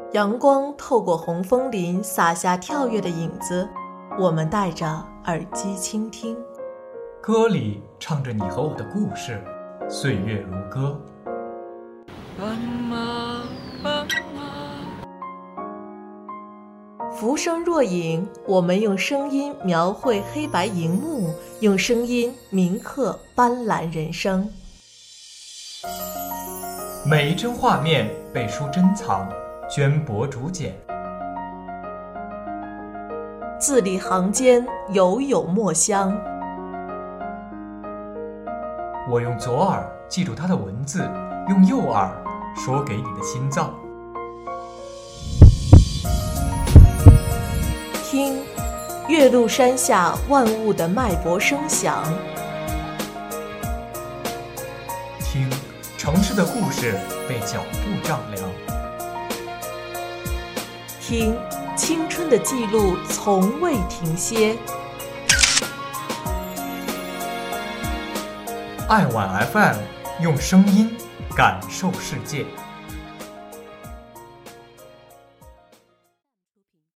阳光透过红枫林洒下跳跃的影子，我们戴着耳机倾听。 歌里唱着你和我的故事，岁月如歌。 斑马，斑马。 浮生若影，我们用声音描绘黑白荧幕，用声音铭刻斑斓人生。 每一帧画面背书珍藏，绢帛竹简， 字里行间犹有墨香。 我用左耳记住它的文字，用右耳说给你的心脏。 听，岳麓山下万物的脉搏声响。 听，城市的故事被脚步丈量。 听，青春的记录从未停歇。 爱晚 FM，用声音感受世界。